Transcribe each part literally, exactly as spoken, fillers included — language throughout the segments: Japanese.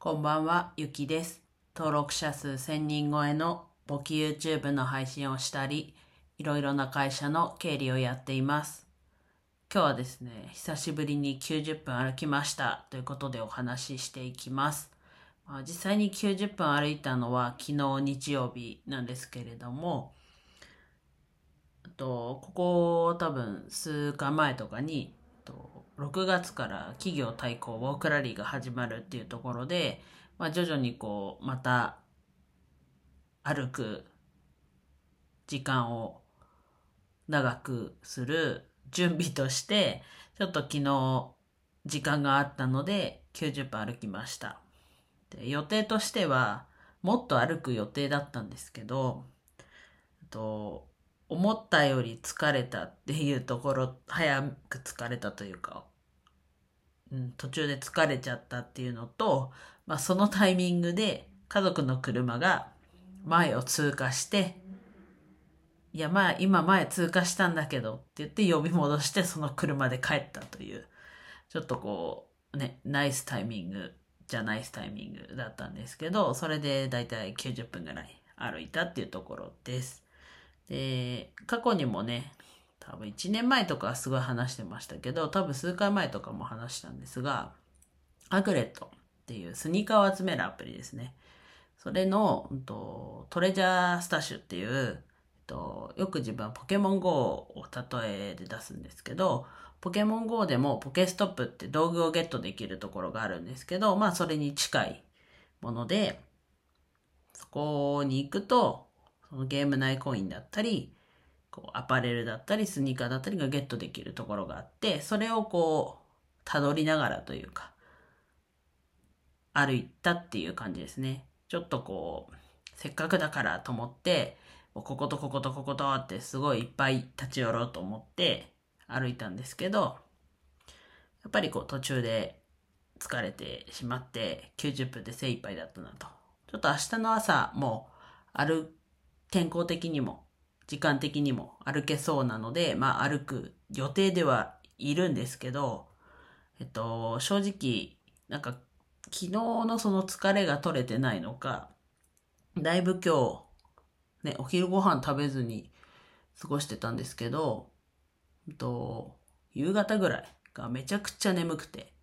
こんばんは、ゆきです。登録者数せんにん超えの簿記 YouTube の配信をしたり、いろいろな会社の経理をやっています。今日はですね、久しぶりにきゅうじゅっぷん歩きましたということでお話ししていきます。まあ、実際にきゅうじゅっぷん歩いたのは昨日日曜日なんですけれども、あとここ多分数日前とかに、ろくがつから企業対抗ウォークラリーが始まるっていうところで、まあ、徐々にこうまた歩く時間を長くする準備としてちょっと昨日時間があったのできゅうじゅっぷん歩きました。で、予定としてはもっと歩く予定だったんですけど、と思ったより疲れたっていうところ、早く疲れたというか、うん、途中で疲れちゃったっていうのと、まあ、そのタイミングで家族の車が前を通過して、いやまあ今前通過したんだけどって言って呼び戻してその車で帰ったという、ちょっとこうね、ナイスタイミングじゃナイスタイミングだったんですけど、それでだいたいきゅうじゅっぷんぐらい歩いたっていうところです。で、過去にもね、多分いちねんまえとかはすごい話してましたけど、多分数回前とかも話したんですが、アグレットっていうスニーカーを集めるアプリですね。それの、うんと、トレジャースタッシュっていう、えっと、よく自分はポケモン ゴー を例えで出すんですけど、ポケモン ゴー でもポケストップって道具をゲットできるところがあるんですけど、まあそれに近いもので、そこに行くと、そのゲーム内コインだったり、こうアパレルだったりスニーカーだったりがゲットできるところがあって、それをこう、辿りながらというか、歩いたっていう感じですね。ちょっとこう、せっかくだからと思って、こことこことこことってすごいいっぱい立ち寄ろうと思って歩いたんですけど、やっぱりこう途中で疲れてしまってきゅうじゅっぷんで精一杯だったなと。ちょっと明日の朝も歩、天候的にも時間的にも歩けそうなので、まあ歩く予定ではいるんですけど、えっと、正直、なんか昨日のその疲れが取れてないのか、だいぶ今日、ね、お昼ご飯食べずに過ごしてたんですけど、えっと、夕方ぐらいがめちゃくちゃ眠くて、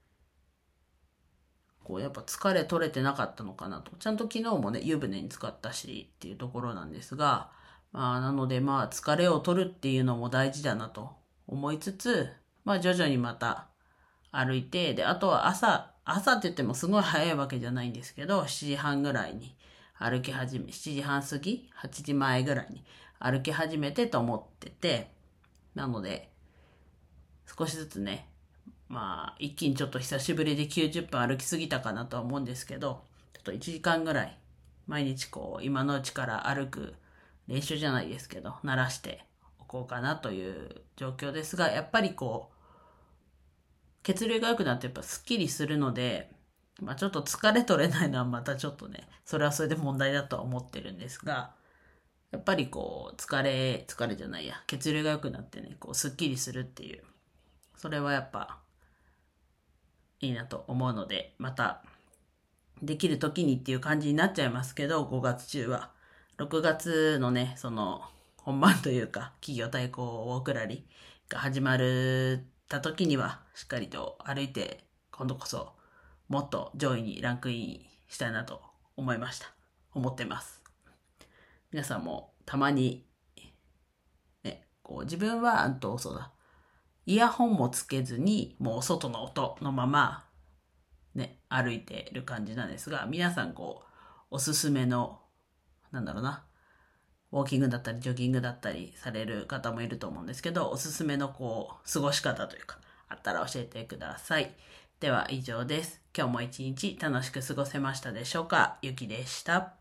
こうやっぱ疲れ取れてなかったのかなと。ちゃんと昨日もね、湯船に浸かったしっていうところなんですが、まあなのでまあ疲れを取るっていうのも大事だなと思いつつ、まあ徐々にまた歩いて、で、あとは朝、朝って言ってもすごい早いわけじゃないんですけど、しちじはんぐらいに歩き始め、しちじはん過ぎ ?はち 時前ぐらいに歩き始めてと思ってて、なので、少しずつね、まあ、一気にちょっと久しぶりできゅうじゅっぷん歩きすぎたかなとは思うんですけど、ちょっといちじかんぐらい、毎日こう、今のうちから歩く練習じゃないですけど、慣らしておこうかなという状況ですが、やっぱりこう、血流が良くなってやっぱスッキリするので、まあちょっと疲れ取れないのはまたちょっとね、それはそれで問題だとは思ってるんですが、やっぱりこう、疲れ、疲れじゃないや、血流が良くなってね、こう、スッキリするっていう、それはやっぱ、いいなと思うので、また、できる時にっていう感じになっちゃいますけど、ごがつ中は。ろくがつのね、その、本番というか、企業対抗ウォークラリーが始まるた時には、しっかりと歩いて、今度こそ、もっと上位にランクインしたいなと思いました。思ってます。皆さんもたまに、ね、こう自分は、あと、そうだ、イヤホンもつけずに、もう外の音のまま、ね、歩いてる感じなんですが、皆さんこう、おすすめの、なんだろうな、ウォーキングだったりジョギングだったりされる方もいると思うんですけど、おすすめのこう、過ごし方というか、あったら教えてください。では以上です。今日も一日楽しく過ごせましたでしょうか？ゆきでした。